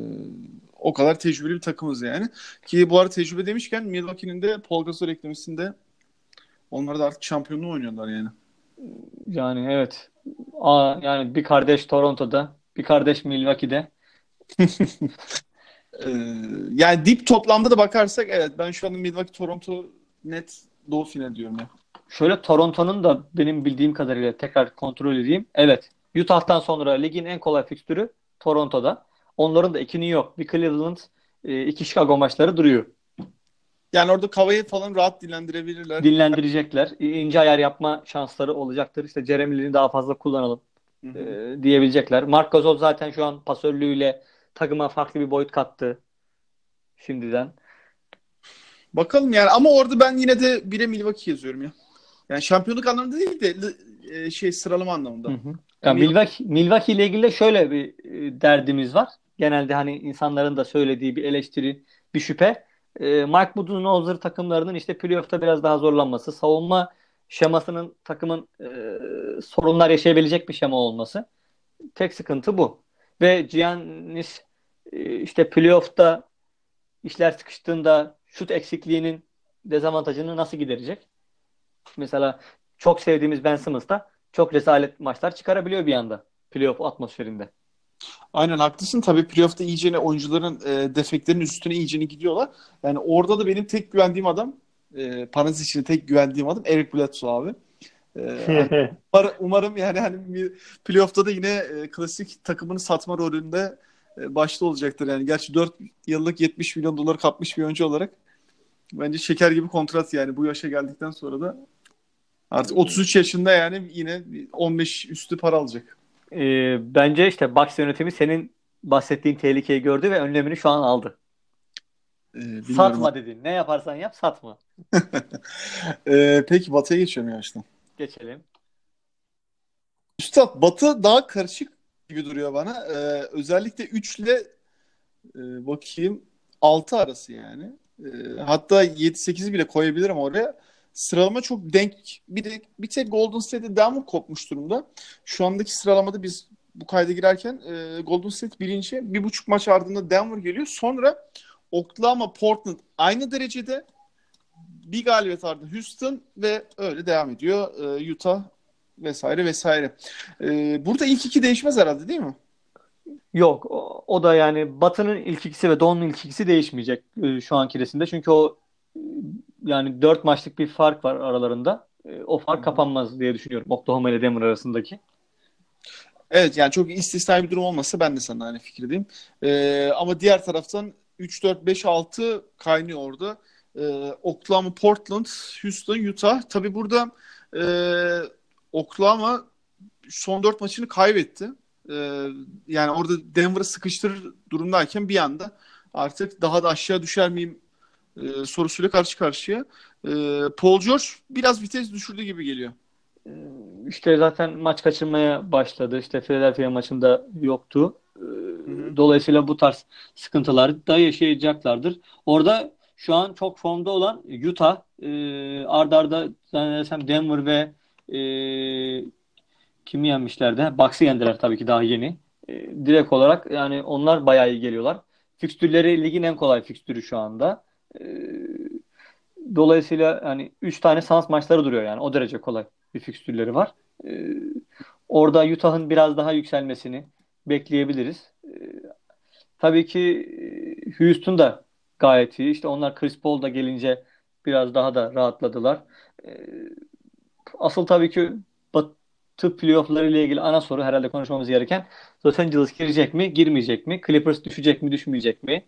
O kadar tecrübeli bir takımız yani. Ki bu arada tecrübe demişken Milwaukee'nin de Paul Gasol eklemesinde onlar da artık şampiyonluğu oynuyorlar yani. Yani evet. Yani bir kardeş Toronto'da, bir kardeş Milwaukee'de. Ee, Yani dip toplamda da bakarsak evet ben şu anda Milwaukee Toronto net doğu final diyorum ya. Şöyle Toronto'nun da benim bildiğim kadarıyla tekrar kontrol edeyim. Evet. Utah'tan sonra ligin en kolay fikstürü Toronto'da. Onların da iki New York, bir Cleveland, iki Chicago maçları duruyor. Yani orada Kavai'yi falan rahat dinlendirebilirler. Dinlendirecekler. İnce ayar yapma şansları olacaktır. İşte Jeremy Lin'i daha fazla kullanalım Hı hı. diyebilecekler. Marc Gasol zaten şu an pasörlüğüyle takıma farklı bir boyut kattı şimdiden. Bakalım yani ama orada ben yine de bire Milwaukee yazıyorum ya. Yani şampiyonluk anlamında değil de şey sıralama Hı anlamında. hı. Ya Yani Milwaukee ile ilgili de şöyle bir derdimiz var. Genelde hani insanların da söylediği bir eleştiri, bir şüphe. Mike Budenholzer takımlarının işte playoff'ta biraz daha zorlanması, savunma şemasının takımın sorunlar yaşayabilecek bir şema olması. Tek sıkıntı bu. Ve Giannis işte playoff'ta işler sıkıştığında şut eksikliğinin dezavantajını nasıl giderecek? Mesela çok sevdiğimiz Ben Simmons da çok rezalet maçlar çıkarabiliyor bir anda playoff atmosferinde. aynen haklısın. Tabii playoff'ta iyicene oyuncuların defeklerin üstüne iyicene gidiyorlar. Yani orada da benim tek güvendiğim adam parantez içinde tek güvendiğim adam Eric Bledsoe abi. Hani umarım yani hani bir playoff'ta da yine klasik takımını satma rolünde başta olacaktır. Yani gerçi 4 yıllık 70 milyon dolar kapmış bir oyuncu olarak bence şeker gibi kontrat yani bu yaşa geldikten sonra da artık 33 yaşında yani yine 15 üstü para alacak. Bence işte Bucks yönetimi senin bahsettiğin tehlikeyi gördü ve önlemini şu an aldı. Bilmiyorum abi. Satma dedin. Ne yaparsan yap satma. Peki Batı'ya geçiyorum yavaştan. Geçelim. Üstad Batı daha karışık gibi duruyor bana. Özellikle 3 ile bakayım 6 arası yani. Hatta 7-8'i bile koyabilirim oraya. Sıralama çok denk. Bir tek Golden State'de Denver kopmuş durumda. Şu andaki sıralamada biz bu kayda girerken Golden State birinci. 1,5 maç ardında Denver geliyor. Sonra Oklahoma, Portland aynı derecede. Bir galibiyet ardından Houston ve öyle devam ediyor. Utah vesaire vesaire. Burada ilk iki değişmez herhalde değil mi? Yok, o da yani Batı'nın ilk ikisi ve Doğu'nun ilk ikisi değişmeyecek şu anki resimde. Çünkü o yani 4 maçlık bir fark var aralarında. O Hı fark hı. kapanmaz diye düşünüyorum Oklahoma ile Denver arasındaki. Evet yani çok istisnai bir durum olmasa ben de sana aynı fikirdeyim. Ama diğer taraftan 3, 4, 5, 6 kaynıyor orada. Oklahoma, Portland, Houston, Utah. Tabii burada e, Oklahoma son 4 maçını kaybetti. Yani orada Denver'ı sıkıştırır durumdayken bir anda artık daha da aşağı düşer miyim sorusuyla karşı karşıya. Paul George biraz vites düşürdü gibi geliyor. E, işte zaten maç kaçırmaya başladı. İşte Philadelphia maçında yoktu. Hı hı. Dolayısıyla bu tarz sıkıntılar da yaşayacaklardır. Orada şu an çok formda olan Utah, ard arda zannedersem Denver ve kimi yenmişlerdi? Bucks'ı yendiler tabii ki daha yeni. Direkt olarak yani onlar bayağı iyi geliyorlar. Fikstürleri ligin en kolay fikstürü şu anda. E, Dolayısıyla yani 3 tane sans maçları duruyor yani. O derece kolay bir fikstürleri var. E, Orada Utah'ın biraz daha yükselmesini bekleyebiliriz. Tabii ki Houston da gayet iyi. İşte onlar Chris Paul da gelince biraz daha da rahatladılar. E, Asıl tabii ki Batı playoff'ları ile ilgili ana soru herhalde konuşmamız gereken Los Angeles girecek mi, girmeyecek mi? Clippers düşecek mi, düşmeyecek mi?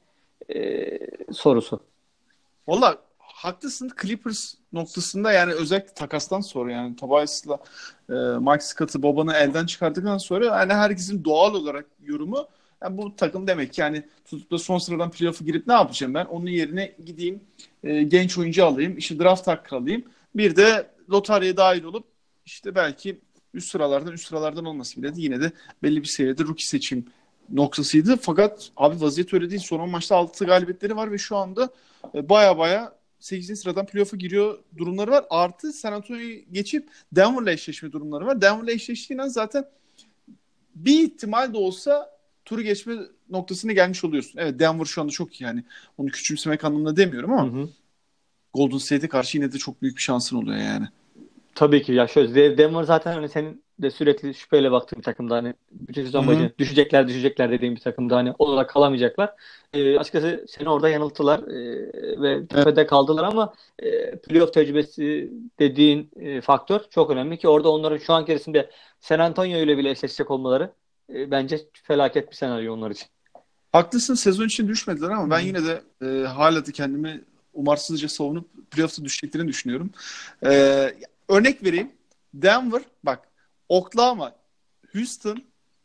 Sorusu. Valla haklısın Clippers noktasında yani özellikle takastan sonra yani Tobias'la Mike Scott'ı Boban'ı elden çıkardıktan sonra yani herkesin doğal olarak yorumu yani bu takım demek ki yani tutup da son sıradan playoff'a girip ne yapacağım ben? Onun yerine gideyim genç oyuncu alayım, işte draft hakkı alayım. Bir de lotaryaya dahil olup işte belki üst sıralardan olması bile de yine de belli bir seviyede rookie seçim noktasıydı. Fakat abi vaziyet öyle değil. Son 10 maçta 6 galibiyetleri var ve şu anda baya baya 8. sıradan playoff'a giriyor durumları var. Artı San Antonio'yu geçip Denver'la eşleşme durumları var. Denver'la eşleştiğinden zaten bir ihtimal de olsa turu geçme noktasına gelmiş oluyorsun. Evet Denver şu anda çok iyi yani. Onu küçümsemek anlamında demiyorum Hı ama hı. Golden State'e karşı yine de çok büyük bir şansın oluyor yani. Tabii ki ya şöyle Denver zaten hani senin de sürekli şüpheyle baktığın bir takımda hani bütün Hı sezon hı. boyunca düşecekler dediğim bir takımda hani olarak kalamayacaklar. Açıkçası seni orada yanılttılar ve Evet. tepede kaldılar ama playoff tecrübesi dediğin faktör çok önemli ki orada onların şu an gerisinde San Antonio ile bile eşleşecek olmaları bence felaket bir senaryo onlar için. Haklısın sezon için düşmediler Hı ama ben hı. yine de hala da kendimi umarsızca savunup playoff'ta düşeceklerini düşünüyorum. E, Örnek vereyim. Denver bak Oklahoma, Houston,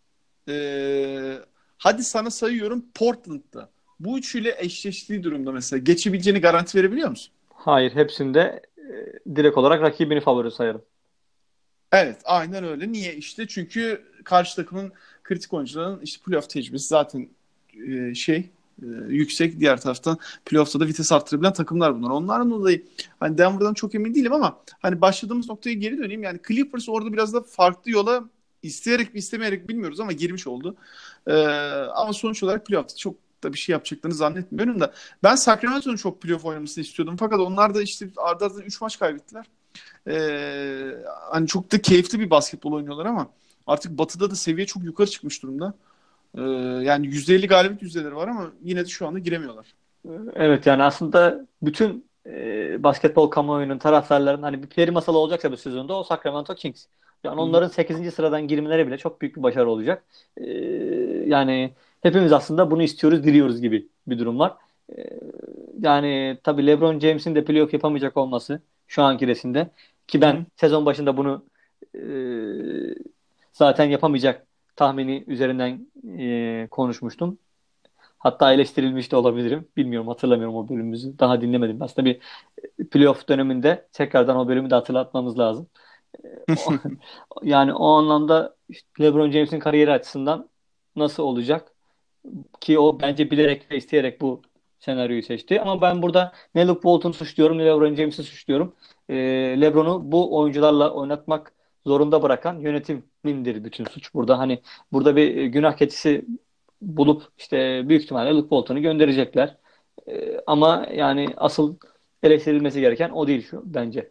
e, hadi sana sayıyorum Portland'da. Bu üçüyle eşleştiği durumda mesela geçebileceğini garanti verebiliyor musun? Hayır, hepsinde direkt olarak rakibini favori sayarım. Evet, aynen öyle. Niye? İşte çünkü karşı takımın kritik oyuncuların işte playoff tecrübesi zaten yüksek. Diğer taraftan playoff'ta da vites arttırabilen takımlar bunlar. Onların dolayı hani Denver'dan çok emin değilim ama hani başladığımız noktaya geri döneyim. Yani Clippers orada biraz da farklı yola isteyerek mi istemeyerek bilmiyoruz ama girmiş oldu. Ee, Ama sonuç olarak playoff'ta çok da bir şey yapacaklarını zannetmiyorum da. Ben Sacramento'nun çok playoff oynamasını istiyordum. Fakat onlar da işte arda arda 3 maç kaybettiler. Hani çok da keyifli bir basketbol oynuyorlar ama artık Batı'da da seviye çok yukarı çıkmış durumda. Yani %50 galibiyet yüzdeleri var ama yine de şu anda giremiyorlar. Evet yani aslında bütün basketbol kamuoyunun taraftarların hani bir peri masalı olacaksa bu sezonda o Sacramento Kings. Yani Hı hı. onların 8. sıradan girmeleri bile çok büyük bir başarı olacak. E, Yani hepimiz aslında bunu istiyoruz, diliyoruz gibi bir durum var. E, Yani tabii LeBron James'in de playoff yapamayacak olması şu anki resimde ki Hı ben hı. sezon başında bunu zaten yapamayacak tahmini üzerinden konuşmuştum. Hatta eleştirilmiş de olabilirim. Bilmiyorum, hatırlamıyorum o bölümümüzü. Daha dinlemedim. Aslında bir playoff döneminde tekrardan o bölümü de hatırlatmamız lazım. O- Yani o anlamda işte LeBron James'in kariyeri açısından nasıl olacak? Ki o bence bilerek ve isteyerek bu senaryoyu seçti. Ama ben burada ne Luke Walton'u suçluyorum ne LeBron James'i suçluyorum. LeBron'u bu oyuncularla oynatmak zorunda bırakan yönetimindir bütün suç burada. Hani burada bir günah keçisi bulup işte büyük ihtimalle Luke Walton'u gönderecekler. Ama yani asıl eleştirilmesi gereken o değil şu bence.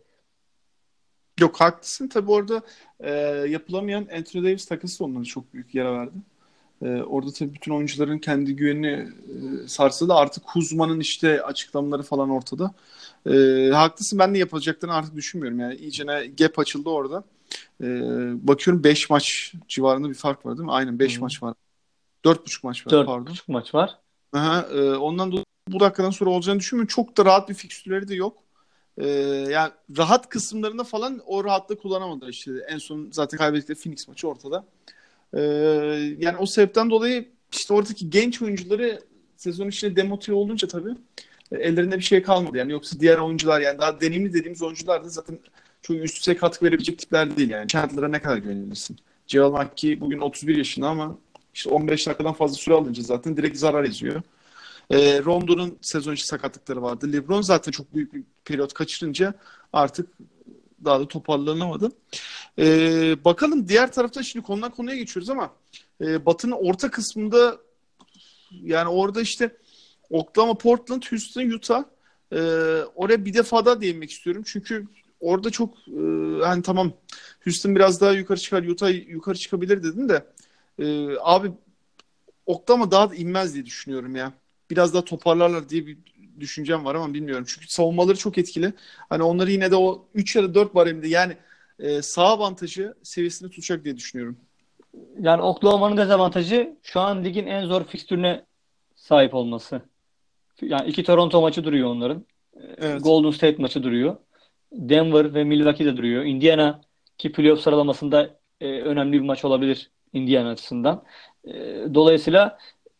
Yok, haklısın. Tabii orada yapılamayan Anthony Davis takası da onlara çok büyük yara verdi. Orada tabii bütün oyuncuların kendi güvenini sarsıldı. Artık Kuzma'nın işte açıklamaları falan ortada. Haklısın, ben de yapılacaklarını artık düşünmüyorum. Yani iyicene gap açıldı orada. E, Bakıyorum 5 maç civarında bir fark var değil mi? Aynen, Hı 5 hı. maç var. 4,5 maç var, Dört pardon. buçuk maç var. Aha, ondan dolayı bu dakikadan sonra olacağını düşünmüyorum. Çok da rahat bir fikstürleri de yok. Yani rahat kısımlarında falan o rahatlığı kullanamadılar işte. En son zaten kaybettikleri Phoenix maçı ortada. Ee, Yani o sebepten dolayı işte oradaki genç oyuncuları sezon içinde demotive olunca tabii ellerinde bir şey kalmadı. Yani yoksa diğer oyuncular, yani daha deneyimli dediğimiz oyuncular da zaten çok üst düzey katkı verebilecek tipler değil yani. Chandler'a ne kadar güvenilirsin? Javel McKee bugün 31 yaşında ama işte 15 dakikadan fazla süre alınca zaten direkt zarar yazıyor. Rondo'nun sezon içi sakatlıkları vardı. LeBron zaten çok büyük bir periyot kaçırınca artık daha da toparlanamadı. Bakalım diğer tarafta, şimdi konudan konuya geçiyoruz ama Batı'nın orta kısmında, yani orada işte Oklahoma, Portland, Houston, Utah. Ee, Oraya bir defa daha değinmek istiyorum. Çünkü orada çok hani tamam, Houston biraz daha yukarı çıkar, Utah yukarı çıkabilir dedin de abi Oklahoma daha da inmez diye düşünüyorum ya. Biraz daha toparlarlar diye bir düşüncem var ama bilmiyorum. Çünkü savunmaları çok etkili. Hani onları yine de o 3 ya da 4 baremde, yani sağ avantajı seviyesinde tutacak diye düşünüyorum. Yani Oklahoma'nın dezavantajı şu an ligin en zor fikstürüne sahip olması. Yani iki Toronto maçı duruyor onların. Evet. Golden State maçı duruyor. Denver ve Milwaukee de duruyor. Indiana ki playoff sıralamasında önemli bir maç olabilir Indiana açısından. Dolayısıyla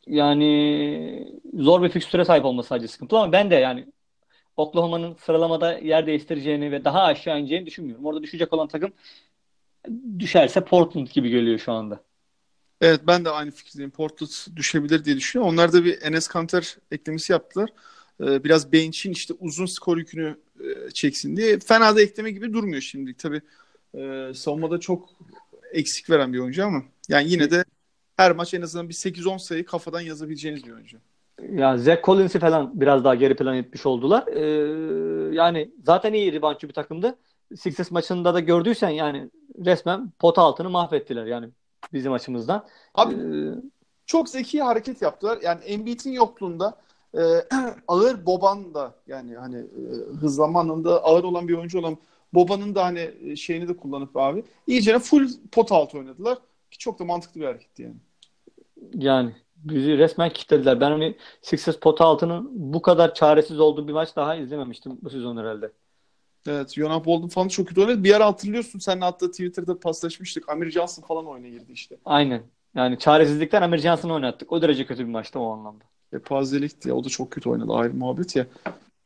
yani zor bir fikstüre sahip olması sadece sıkıntı ama ben de yani Oklahoma'nın sıralamada yer değiştireceğini ve daha aşağı ineceğini düşünmüyorum. Orada düşecek olan takım düşerse Portland gibi geliyor şu anda. Evet, ben de aynı fikirdeyim. Portland düşebilir diye düşünüyorum. Onlar da bir Enes Kanter eklemesi yaptılar. Biraz bench'in işte uzun skor yükünü çeksin diye. Fena da ekleme gibi durmuyor şimdilik. Tabii savunmada çok eksik veren bir oyuncu ama yani yine de her maç en azından bir 8-10 sayı kafadan yazabileceğiniz bir oyuncu. Ya Zach Collins'i falan biraz daha geri plan etmiş oldular. Yani zaten iyi reboundçı bir takımdı. Sixers maçında da gördüysen yani resmen pota altını mahvettiler yani bizim açımızdan. Ee, Abi çok zeki hareket yaptılar. Yani Embiid'in yokluğunda e, ağır Boban da, yani hani hızlanma anlamında ağır olan bir oyuncu olan Boban'ın da hani şeyini de kullanıp abi iyice full pot altı oynadılar. Ki çok da mantıklı bir hareketti yani. Yani bizi resmen kilitlediler. Ben hani Sixers pota altının bu kadar çaresiz olduğu bir maç daha izlememiştim bu sezon herhalde. Evet, Jonah Bolden falan çok kötü oynadı. Bir ara hatırlıyorsun, seninle hatta Twitter'da paslaşmıştık. Amir Johnson falan oyuna girdi işte. Aynen. Yani çaresizlikten Amir Johnson'ı oynattık. O derece kötü bir maçtı o anlamda. Pazelikti ya, o da çok kötü oynadı, ayrı muhabbet ya.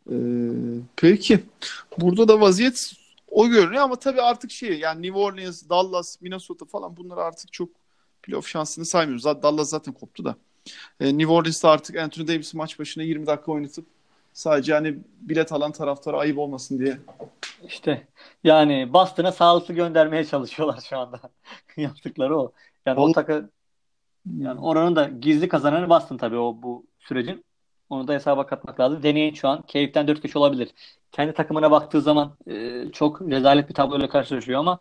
Peki. Burada da vaziyet o görünüyor ama tabii artık şey, yani New Orleans, Dallas, Minnesota falan, bunlar artık çok playoff şansını saymıyoruz. Dallas zaten koptu da. New Orleans'ta artık Anthony Davis'i maç başına 20 dakika oynatıp sadece hani bilet alan taraftara ayıp olmasın diye. İşte yani Boston'a sağlıklı göndermeye çalışıyorlar şu anda. Yaptıkları o. Yani o Vallahi takı yani oranın da gizli kazananı Boston tabii o bu sürecin. Onu da hesaba katmak lazım. Deneyin şu an. Keyiften 4 kişi olabilir. Kendi takımına baktığı zaman çok rezalet bir tabloyla karşılaşıyor ama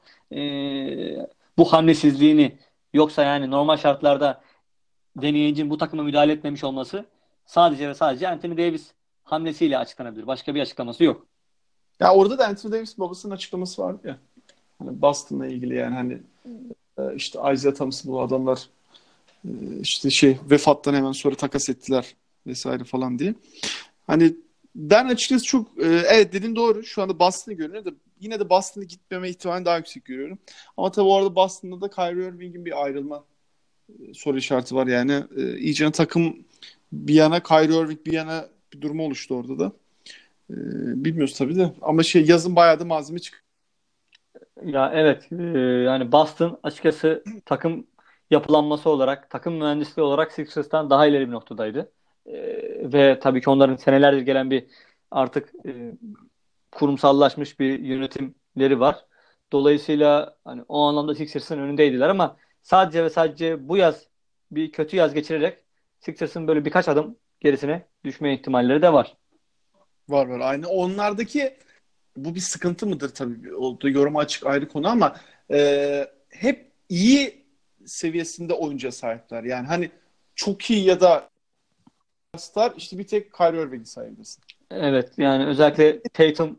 bu hamlesizliğini yoksa yani normal şartlarda deneyicinin bu takıma müdahale etmemiş olması sadece ve sadece Anthony Davis hamlesiyle açıklanabilir. Başka bir açıklaması yok. ya orada da Anthony Davis babasının açıklaması vardı ya. Hani Boston'la ilgili, yani hani işte Isaiah Thomas'ı bu adamlar işte şey vefattan hemen sonra takas ettiler vesaire falan diye. Hani ben açıkçası çok evet, dediğin doğru. Şu anda Boston'ı görünüyor da yine de Boston'a gitmeme ihtimali daha yüksek görüyorum. Ama tabii orada Boston'da da Kyrie Irving'in bir ayrılma soru işareti var yani. İyice takım bir yana, Kyrie Irving bir yana bir durumu oluştu orada da. Bilmiyoruz tabii de. Ama şey, yazın bayağı da malzeme çıktı. Ya evet, yani Boston açıkçası takım yapılanması olarak, takım mühendisliği olarak Sixers'tan daha ileri bir noktadaydı. Ve tabii ki onların senelerdir gelen bir artık kurumsallaşmış bir yönetimleri var. Dolayısıyla hani o anlamda Sixers'ın önündeydiler ama sadece ve sadece bu yaz bir kötü yaz geçirerek Sixers'ın böyle birkaç adım gerisine düşme ihtimalleri de var. Var var. Aynı onlardaki bu bir sıkıntı mıdır tabii. Olduğu yoruma açık ayrı konu ama hep iyi seviyesinde oyuncuya sahipler. Yani hani çok iyi ya da star işte bir tek Kyrie Irving'i sayabilirsin. Evet, yani özellikle Tatum.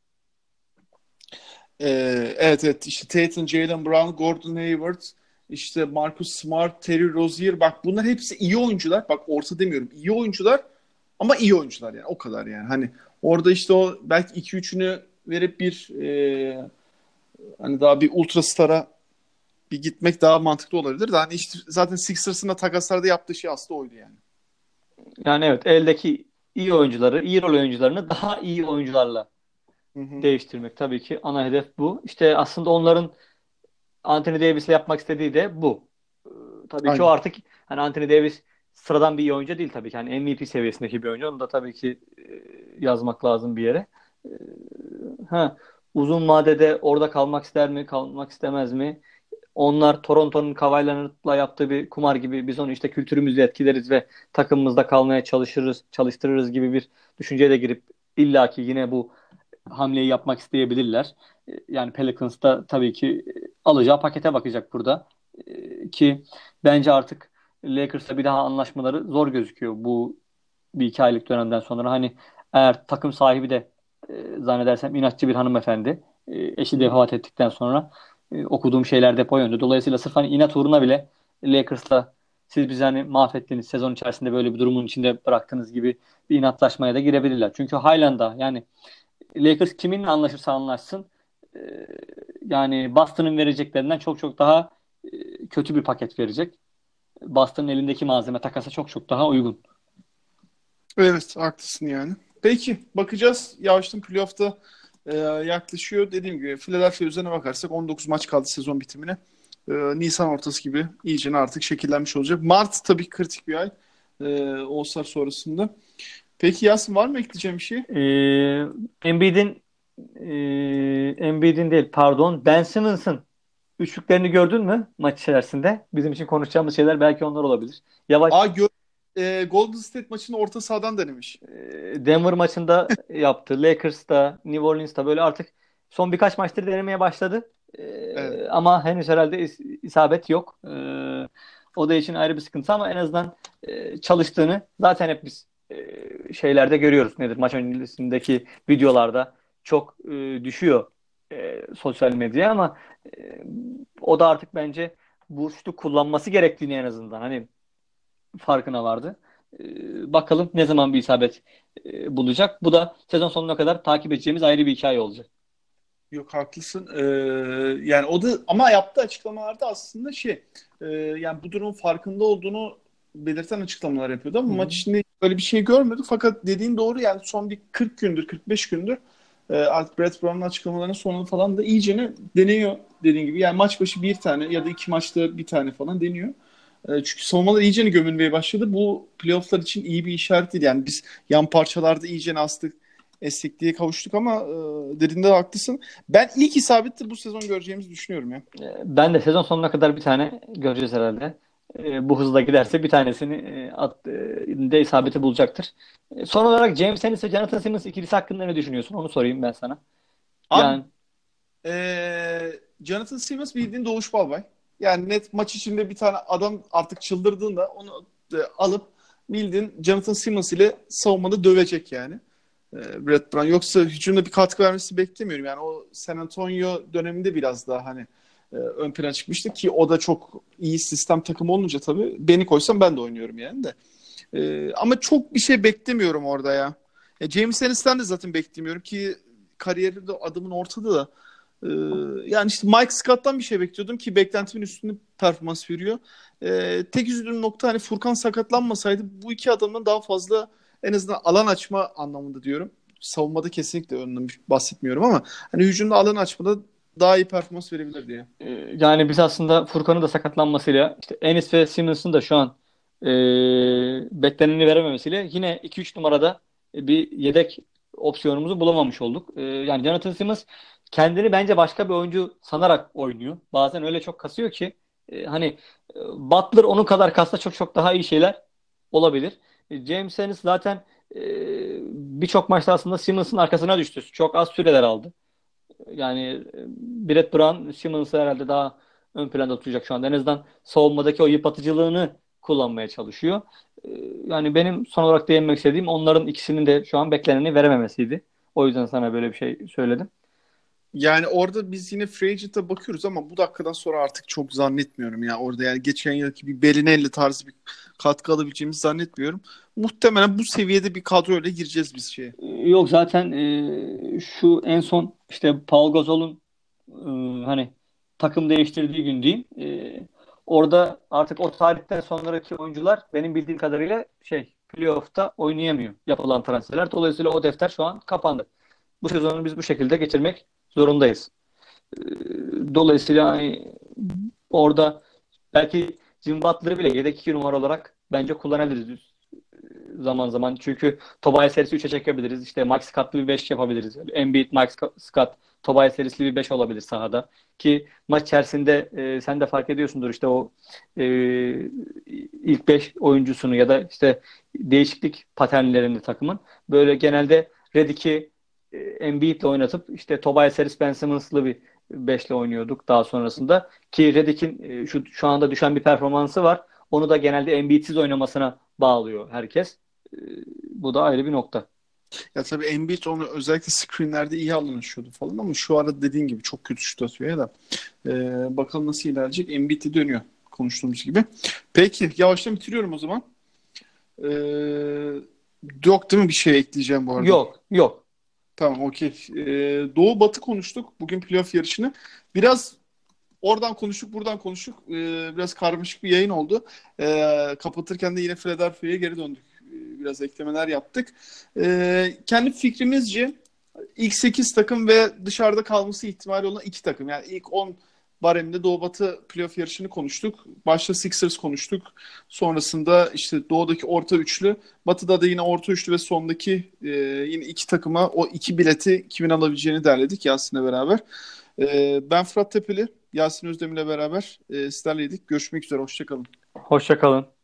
Evet evet işte Tatum, Jaylen Brown, Gordon Hayward, işte Marcus Smart, Terry Rozier bak bunlar hepsi iyi oyuncular. Bak orta demiyorum. İyi oyuncular ama iyi oyuncular yani o kadar yani. Hani orada işte o belki iki üçünü verip bir hani daha bir ultrastar'a bir gitmek daha mantıklı olabilir. De hani işte zaten Sixers'ın da takaslarda yaptığı şey aslında oydu yani. Yani evet, eldeki iyi oyuncuları, iyi rol oyuncularını daha iyi oyuncularla Hı hı. değiştirmek tabii ki ana hedef bu. İşte aslında onların Anthony Davis'le yapmak istediği de bu. Tabii ki o Aynen. artık hani Anthony Davis sıradan bir iyi oyuncu değil tabii ki. Hani MVP seviyesindeki bir oyuncu. Onu da tabii ki yazmak lazım bir yere. E, ha, uzun vadede orada kalmak ister mi, kalmak istemez mi? Onlar Toronto'nun Kawhi'larla yaptığı bir kumar gibi biz onu işte kültürümüzle etkileriz ve takımımızda kalmaya çalışırız, çalıştırırız gibi bir düşünceye de girip illaki yine bu hamleyi yapmak isteyebilirler. Yani Pelicans da tabii ki alacağı pakete bakacak burada. Ki bence artık Lakers'la bir daha anlaşmaları zor gözüküyor bu bir iki aylık dönemden sonra. Hani eğer takım sahibi de zannedersem inatçı bir hanımefendi. Hı Eşi de hı. vefat ettikten sonra okuduğum şeyler de hep o yönde. Dolayısıyla sırf hani inat uğruna bile Lakers'la siz bizi hani mahvettiniz, sezon içerisinde böyle bir durumun içinde bıraktınız gibi bir inatlaşmaya da girebilirler. Çünkü halen daha yani Lakers kiminle anlaşırsa anlaşsın e, yani Boston'ın vereceklerinden çok çok daha kötü bir paket verecek. Boston'ın elindeki malzeme takasa çok çok daha uygun. Evet haklısın yani. Peki bakacağız. Yavaştan playoff'ta yaklaşıyor. Dediğim gibi Philadelphia üzerine bakarsak 19 maç kaldı sezon bitimine. Nisan ortası gibi iyice artık şekillenmiş olacak. Mart tabii kritik bir ay. All-Star sonrasında. Peki Yasin var mı ekleyeceğim bir şey? Embiid'in Embiid'in değil pardon Ben Simmons'ın üçlüklerini gördün mü maç içerisinde? Bizim için konuşacağımız şeyler belki onlar olabilir. Yavaş Golden State maçını orta sahadan denemiş. Denver maçında yaptı. Lakers'ta, New Orleans'ta böyle artık son birkaç maçtır denemeye başladı. Evet. Ama henüz herhalde isabet yok. O da için ayrı bir sıkıntı ama en azından çalıştığını zaten hep biz şeylerde görüyoruz. Nedir? Maç öncesindeki videolarda çok düşüyor sosyal medyaya ama e, o da artık bence bu şutu kullanması gerektiğini en azından hani farkına vardı. Bakalım ne zaman bir isabet bulacak. Bu da sezon sonuna kadar takip edeceğimiz ayrı bir hikaye olacak. Yok haklısın. Yani o da ama yaptığı açıklamalarda aslında yani bu durumun farkında olduğunu belirten açıklamalar yapıyordu Hı ama hı. maç içinde öyle bir şey görmedik. Fakat dediğin doğru yani son bir 40 gündür, 45 gündür artık Brett Brown'un açıklamalarının sonunu falan da iyicene deniyor dediğin gibi. Yani maç başı bir tane ya da iki maçta bir tane falan deniyor. Çünkü savunmalar iyicene gömülmeye başladı. Bu playofflar için iyi bir işaret değil. Yani biz yan parçalarda iyicene astık, esnekliğe kavuştuk ama dediğinde de haklısın. Ben ilk isabeti bu sezon göreceğimizi düşünüyorum ya. Ben de sezon sonuna kadar bir tane göreceğiz herhalde. Bu hızla giderse bir tanesini de isabeti bulacaktır. Son olarak James Ennis ve Jonathan Simmons ikilisi hakkında ne düşünüyorsun? Onu sorayım ben sana. Abi Yani Jonathan Simmons bildiğin Doğuş Balbay. Yani net maç içinde bir tane adam artık çıldırdığında onu alıp bildiğin Jonathan Simmons ile savunmada dövecek yani. Brett Brown. Yoksa hücumda bir katkı vermesi beklemiyorum. Yani o San Antonio döneminde biraz daha hani ön plana çıkmıştı ki o da çok iyi sistem takımı olunca tabii beni koysam ben de oynuyorum yani de. Ama çok bir şey beklemiyorum orada ya. James Ennis'ten de zaten beklemiyorum ki kariyerinde adımın ortada da. Ee, Yani işte Mike Scott'tan bir şey bekliyordum ki beklentimin üstünde performans veriyor. Tek üzüldüğüm nokta hani Furkan sakatlanmasaydı bu iki adamdan daha fazla en azından alan açma anlamında diyorum. Savunmada kesinlikle önünden bahsetmiyorum ama hani hücumda alan açmada daha iyi performans verebilir diye. Yani biz aslında Furkan'ın da sakatlanmasıyla işte Enis ve Simmons'ın da şu an bekleneni verememesiyle yine 2-3 numarada bir yedek opsiyonumuzu bulamamış olduk. Yani Jonathan Simmons kendini bence başka bir oyuncu sanarak oynuyor. Bazen öyle çok kasıyor ki hani Butler onun kadar kassa çok çok daha iyi şeyler olabilir. James Ennis zaten birçok maçta aslında Simmons'ın arkasına düştü. Çok az süreler aldı. Yani Brett Brown Simmons'ı herhalde daha ön planda tutacak şu anda. En azından savunmadaki o yıpratıcılığını kullanmaya çalışıyor. E, Yani benim son olarak değinmek istediğim onların ikisinin de şu an bekleneni verememesiydi. O yüzden sana böyle bir şey söyledim. Yani orada biz yine free agent'a bakıyoruz ama bu dakikadan sonra artık çok zannetmiyorum ya. Orada yani geçen yılki bir Belinelli tarzı bir katkı alabileceğimizi zannetmiyorum. Muhtemelen bu seviyede bir kadroyla gireceğiz biz şeye. Yok zaten şu en son işte Paul Gasol'un hani takım değiştirdiği gün diyeyim. Orada artık o tarihten sonraki oyuncular benim bildiğim kadarıyla playoff'ta oynayamıyor yapılan transferler. Dolayısıyla o defter şu an kapandı. Bu sezonu biz bu şekilde geçirmek zorundayız. E, Dolayısıyla hani orada belki Jim Butler'ı bile yedek 2 numara olarak bence kullanabiliriz zaman zaman. Çünkü Tobias Harris'i 3'e çekebiliriz. İşte Mike Scott'lı bir 5 yapabiliriz. Embiid, Mike Scott, Tobias Harris'li bir 5 olabilir sahada. Ki maç içerisinde sen de fark ediyorsundur işte o e, ilk 5 oyuncusunu ya da işte değişiklik paternlerini takımın böyle genelde Redick'i Embiid'le oynatıp işte Tobias Harris, Ben Simmons'lı bir 5'le oynuyorduk daha sonrasında. Ki Redick'in şu anda düşen bir performansı var. Onu da genelde Embiid'siz oynamasına bağlıyor herkes. Ee, Bu da ayrı bir nokta. Ya tabii Embiid onu özellikle screenlerde iyi alanışıyordu falan ama şu arada dediğin gibi çok kötü şut atıyor ya da. Bakalım nasıl ilerleyecek. Embiid de dönüyor konuştuğumuz gibi. Peki yavaştan bitiriyorum o zaman. Ee, Yok değil mi bir şey ekleyeceğim bu arada? Yok, yok. Tamam, okey. Doğu Batı konuştuk bugün playoff yarışını. Biraz oradan konuştuk, buradan konuştuk. Biraz karmaşık bir yayın oldu. Kapatırken de yine Philadelphia'ya geri döndük. Biraz eklemeler yaptık. Kendi fikrimizce ilk 8 takım ve dışarıda kalması ihtimali olan 2 takım. Yani ilk 10 baremde Doğu Batı playoff yarışını konuştuk. Başta Sixers konuştuk. Sonrasında işte Doğu'daki orta üçlü. Batı'da da yine orta üçlü ve sondaki yine 2 takıma o 2 bileti kimin alabileceğini derledik Yasin'le beraber. Ben Fırat Tepeli, Yasin Özdemir'le beraber sizlerleydik. Görüşmek üzere, hoşçakalın. Hoşça kalın.